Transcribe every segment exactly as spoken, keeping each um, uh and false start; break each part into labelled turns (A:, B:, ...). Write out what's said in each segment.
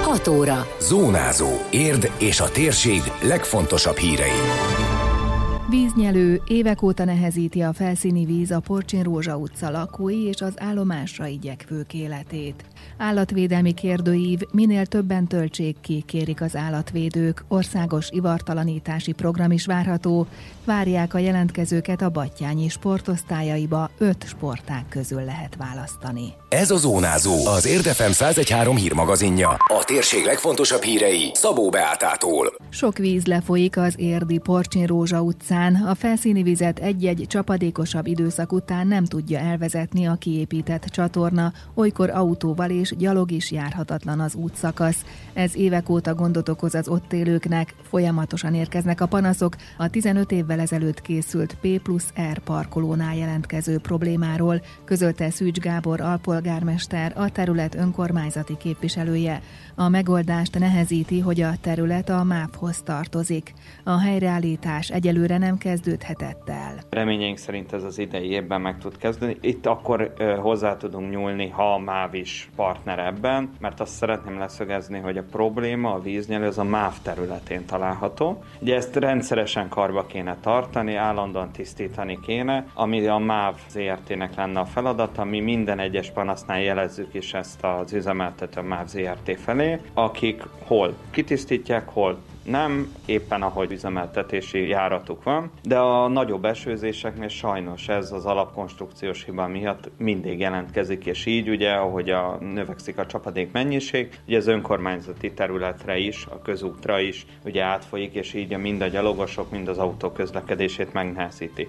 A: hat óra.
B: Zónázó. Érd és a térség legfontosabb hírei.
C: Víznyelő évek óta nehezíti a felszíni víz a Porcsin Rózsa utca lakói és az állomásra igyekvők életét. Állatvédelmi kérdőív, minél többen töltsék ki, kérik az állatvédők, országos ivartalanítási program is várható, várják a jelentkezőket a Battyányi sportosztályaiba, öt sportág közül lehet választani.
B: Ez a Zónázó, az Érd ef em száz egy három hírmagazinja. A térség legfontosabb hírei Szabó Beátától.
C: Sok víz lefolyik az érdi Porcsin Rózsa utcán. A felszíni vizet egy-egy csapadékosabb időszak után nem tudja elvezetni a kiépített csatorna, olykor autóval és gyalog is járhatatlan az útszakasz. Ez évek óta gondot okoz az ott élőknek, folyamatosan érkeznek a panaszok a tizenöt évvel ezelőtt készült P plusz R parkolónál jelentkező problémáról, közölte Szűcs Gábor alpolgármester, a terület önkormányzati képviselője. A megoldást nehezíti, hogy a terület a MÁV-hoz tartozik. A helyreállítás egyelőre nem kezdődhetett el.
D: Reményeink szerint ez az idei évben meg tud kezdődni. Itt akkor ö, hozzá tudunk nyúlni, ha a MÁV is partner ebben, mert azt szeretném leszögezni, hogy a probléma, a víznyelő, az a MÁV területén található. Ugye ezt rendszeresen karba kéne tartani, állandóan tisztítani kéne, ami a MÁV zé er té-nek lenne a feladata. Mi minden egyes panasznál jelezzük is ezt az üzemeltető MÁV zé er té felé, akik hol kitisztítják, hol nem, éppen ahogy üzemeltetési járatuk van, de a nagyobb esőzéseknél sajnos ez az alapkonstrukciós hiba miatt mindig jelentkezik, és így ugye, ahogy a növekszik a csapadék mennyiség, ugye az önkormányzati területre is, a közútra is ugye átfolyik, és így mind a gyalogosok, mind az autók közlekedését megnehezíti.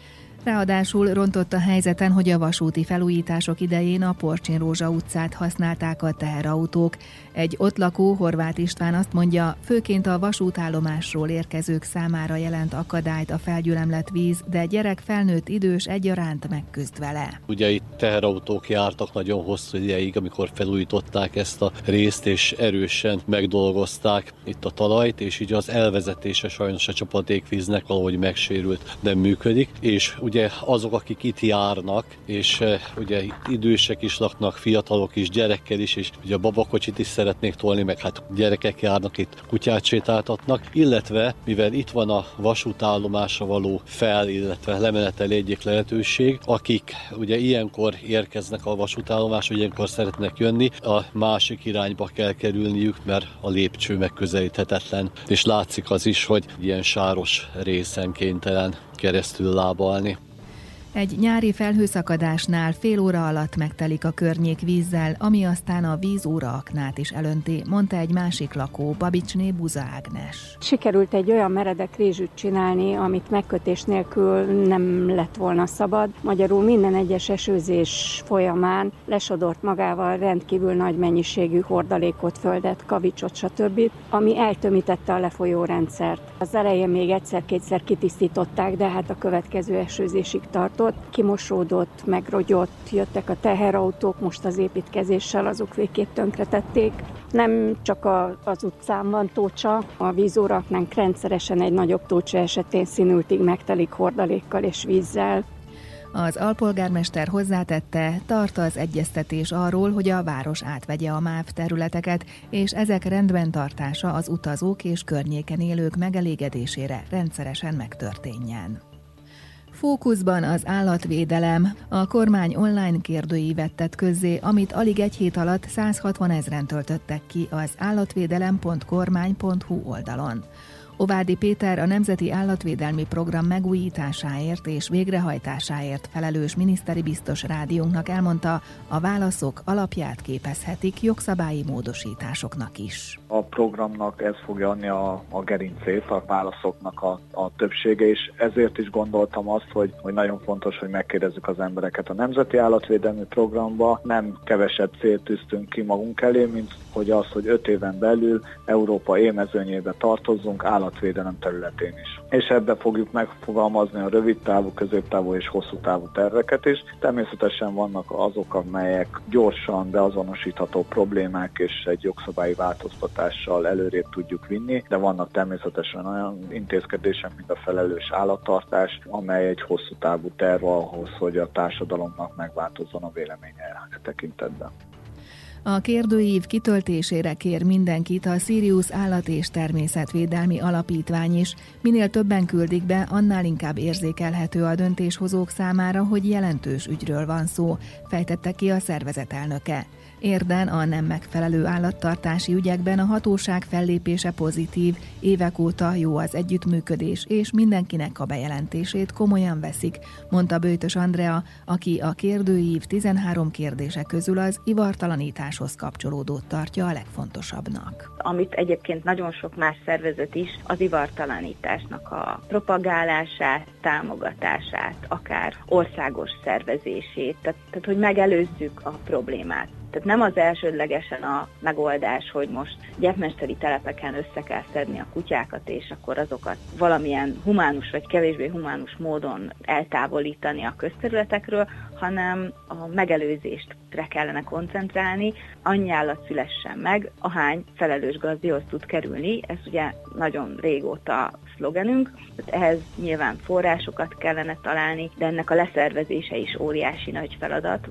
C: Ráadásul rontott a helyzeten, hogy a vasúti felújítások idején a Porcsin Rózsa utcát használták a teherautók. Egy ott lakó Horváth István azt mondja, főként a vasútállomásról érkezők számára jelent akadályt a felgyülemlett víz, de gyerek, felnőtt, idős egyaránt megküzd vele.
E: Ugye itt teherautók jártak nagyon hosszú ideig, amikor felújították ezt a részt, és erősen megdolgozták itt a talajt, és így az elvezetése sajnos a csapadékvíznek valahogy megsérült, nem működik, és ugye azok, akik itt járnak, és ugye itt idősek is laknak, fiatalok is, gyerekkel is, és ugye a babakocsit is szeretnék tolni, meg hát gyerekek járnak itt, kutyát sétáltatnak, illetve mivel itt van a vasútállomásra való fel, illetve lemeneteli egyik lehetőség, akik ugye ilyenkor érkeznek a vasútállomásra, ilyenkor szeretnek jönni, a másik irányba kell kerülniük, mert a lépcső megközelíthetetlen, és látszik az is, hogy ilyen sáros részen kénytelen keresztül lábalni.
C: Egy nyári felhőszakadásnál fél óra alatt megtelik a környék vízzel, ami aztán a vízóraaknát is elönti, mondta egy másik lakó, Babicsné Buza Ágnes.
F: Sikerült egy olyan meredek rézsűt csinálni, amit megkötés nélkül nem lett volna szabad. Magyarul minden egyes esőzés folyamán lesodort magával rendkívül nagy mennyiségű hordalékot, földet, kavicsot, stb., ami eltömítette a lefolyó rendszert. Az elején még egyszer-kétszer kitisztították, de hát a következő esőzésig tartott. Kimosódott, megrogyott, jöttek a teherautók, most az építkezéssel azok végképp tönkretették. Nem csak a, az utcán van tócsa, a vízóraknánk rendszeresen egy nagyobb tócsa esetén színültig megtelik hordalékkal és vízzel.
C: Az alpolgármester hozzátette, tart az egyeztetés arról, hogy a város átvegye a MÁV területeket, és ezek rendben tartása az utazók és környéken élők megelégedésére rendszeresen megtörténjen. Fókuszban az állatvédelem. A kormány online kérdőívet tett közzé, amit alig egy hét alatt százhatvan ezren töltöttek ki az állatvédelem pont kormány pont hu oldalon. Ovádi Péter a Nemzeti Állatvédelmi Program megújításáért és végrehajtásáért felelős miniszteri biztos rádiónknak elmondta, a válaszok alapját képezhetik jogszabályi módosításoknak is.
G: A programnak ez fogja adni a, a gerincét, a válaszoknak a, a többsége, és ezért is gondoltam azt, hogy, hogy nagyon fontos, hogy megkérdezzük az embereket. A Nemzeti Állatvédelmi Programba nem kevesebb célt tűztünk ki magunk elé, mint hogy az, hogy öt éven belül Európa élmezőnyébe tartozzunk állatvédelem területén is. És ebbe fogjuk megfogalmazni a rövid távú, középtávú és hosszú távú terveket is. Természetesen vannak azok, amelyek gyorsan beazonosítható problémák, és egy jogszabályi változtatással előrébb tudjuk vinni, de vannak természetesen olyan intézkedések, mint a felelős állattartás, amely egy hosszú távú terv ahhoz, hogy a társadalomnak megváltozzon a véleménye e tekintetben.
C: A kérdőív kitöltésére kér mindenkit a Sirius Állat- és Természetvédelmi Alapítvány is. Minél többen küldik be, annál inkább érzékelhető a döntéshozók számára, hogy jelentős ügyről van szó, fejtette ki a szervezet elnöke. Érden a nem megfelelő állattartási ügyekben a hatóság fellépése pozitív, évek óta jó az együttműködés, és mindenkinek a bejelentését komolyan veszik, mondta Böjtös Andrea, aki a kérdőív tizenhárom kérdése közül az ivartalanításhoz kapcsolódót tartja a legfontosabbnak.
A: Amit egyébként nagyon sok más szervezet is, az ivartalanításnak a propagálását, támogatását, akár országos szervezését, tehát, tehát hogy megelőzzük a problémát. Tehát nem az elsődlegesen a megoldás, hogy most gyepmesteri telepeken össze kell szedni a kutyákat, és akkor azokat valamilyen humánus vagy kevésbé humánus módon eltávolítani a közterületekről, hanem a megelőzésre kellene koncentrálni, annyi állat szülessen meg, ahány felelős gazdihoz tud kerülni. Ez ugye nagyon régóta szlogenünk, ehhez nyilván forrásokat kellene találni, de ennek a leszervezése is óriási nagy feladat.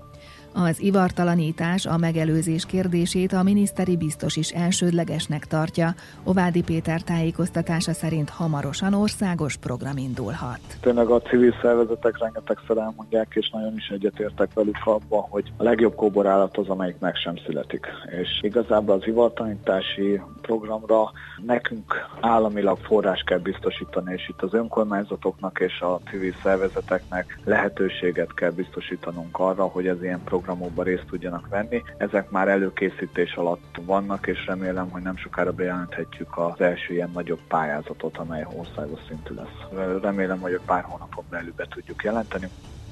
C: Az ivartalanítás, a megelőzés kérdését a miniszteri biztos is elsődlegesnek tartja. Ovádi Péter tájékoztatása szerint hamarosan országos program indulhat.
G: Tényleg a civil szervezetek rengetegszer elmondják, és nagyon is egyetértek velük abban, hogy a legjobb kóborállat az, amelyik meg sem születik. És igazából az ivartalanítási programra nekünk államilag forrás kell biztosítani, és itt az önkormányzatoknak és a civil szervezeteknek lehetőséget kell biztosítanunk arra, hogy ez ilyen programokban részt tudjanak venni. Ezek már előkészítés alatt vannak, és remélem, hogy nem sokára bejelenthetjük az első ilyen nagyobb pályázatot, amely országos szintű lesz. Remélem, hogy a pár hónapon belül be tudjuk jelenteni.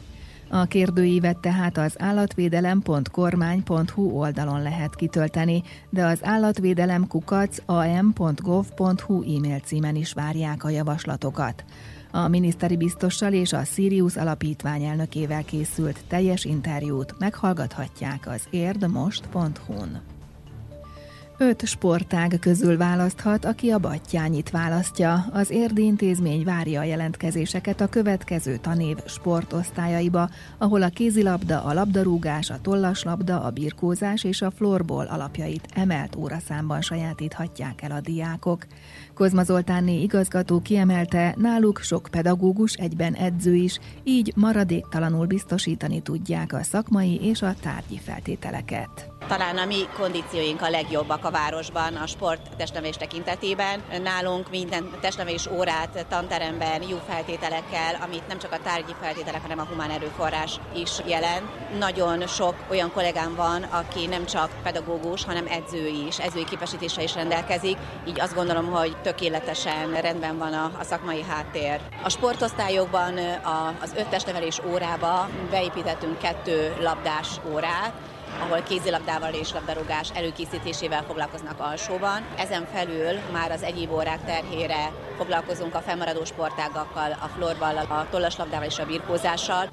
C: A kérdőívet tehát az állatvédelem pont kormány pont hu oldalon lehet kitölteni, de az állatvédelem kukac a m pont gov pont hu e-mail címen is várják a javaslatokat. A miniszteri biztossal és a Sirius Alapítvány elnökével készült teljes interjút meghallgathatják az érdmost pont hu-n. Öt sportág közül választhat, aki a Battyányit választja. Az Érdi Intézmény várja a jelentkezéseket a következő tanév sportosztályaiba, ahol a kézilabda, a labdarúgás, a tollaslabda, a birkózás és a floorball alapjait emelt óraszámban sajátíthatják el a diákok. Kozma Zoltánné igazgató kiemelte, náluk sok pedagógus egyben edző is, így maradéktalanul biztosítani tudják a szakmai és a tárgyi feltételeket.
H: Talán a mi kondícióink a legjobbak a városban a sport testnevelés tekintetében. Nálunk minden testnevelés órát tanteremben jó feltételekkel, amit nem csak a tárgyi feltételek, hanem a humán erőforrás is jelent. Nagyon sok olyan kollégám van, aki nem csak pedagógus, hanem edző is, edzői képesítéssel is rendelkezik, így azt gondolom, hogy tökéletesen rendben van a, a szakmai háttér. A sportosztályokban a, az öt testnevelés órába beépítettünk kettő labdás órát, ahol kézilabdával és labdarúgás előkészítésével foglalkoznak alsóban. Ezen felül már az egyéb órák terhére foglalkozunk a fennmaradó sportágakkal, a floorballal, a tollaslabdával és a birkózással.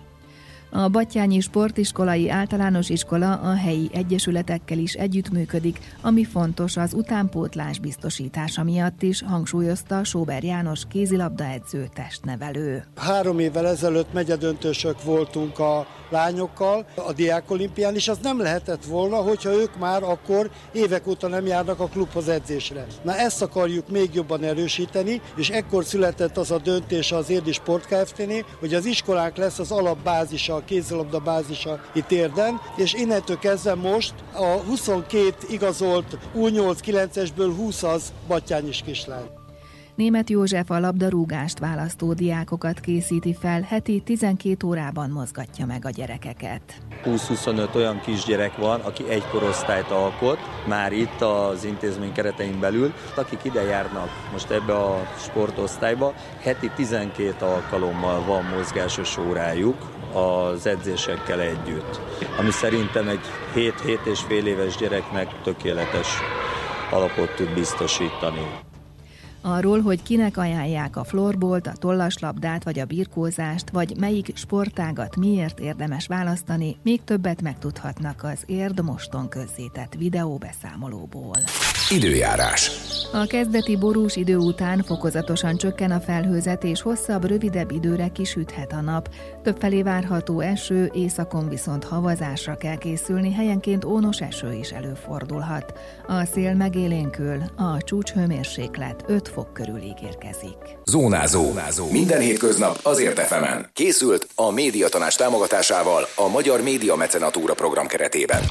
C: A Battyányi Sportiskolai Általános Iskola a helyi egyesületekkel is együttműködik, ami fontos az utánpótlás biztosítása miatt is, hangsúlyozta Sóber János kézilabdaedző testnevelő.
I: Három évvel ezelőtt megyedöntősök voltunk a lányokkal a diákolimpián, és az nem lehetett volna, hogyha ők már akkor évek óta nem járnak a klubhoz edzésre. Na ezt akarjuk még jobban erősíteni, és ekkor született az a döntés az Érdi Sport Kft-nél, hogy az iskolánk lesz az alapbázisa, a kézilabda bázisa itt Érden, és innentől kezdve most a huszonkét igazolt U nyolc kilencesből húsz az battyányis kislány.
C: Németh József a labdarúgást választó diákokat készíti fel, heti tizenkét órában mozgatja meg a gyerekeket.
J: húsz-huszonöt olyan kisgyerek van, aki egy korosztályt alkot, már itt az intézmény keretein belül, akik ide járnak most ebbe a sportosztályba, heti tizenkét alkalommal van mozgásos órájuk az edzésekkel együtt, ami szerintem egy hét-hét és fél éves gyereknek tökéletes alapot tud biztosítani.
C: Arról, hogy kinek ajánlják a florbolt, a tollaslabdát vagy a birkózást, vagy melyik sportágat miért érdemes választani, még többet megtudhatnak az Érd moston közzétett videóbeszámolóból.
B: Időjárás.
C: A kezdeti borús idő után fokozatosan csökken a felhőzet, és hosszabb, rövidebb időre kisüthet a nap. Többfelé várható eső, északon viszont havazásra kell készülni, helyenként ónos eső is előfordulhat. A szél megélénkül, a csúcshőmérséklet öt fok körül ígérkezik.
B: Zónázó. Minden hétköznap az Érd ef emen. Készült a Médiatanács támogatásával a Magyar Média Mecenatúra program keretében.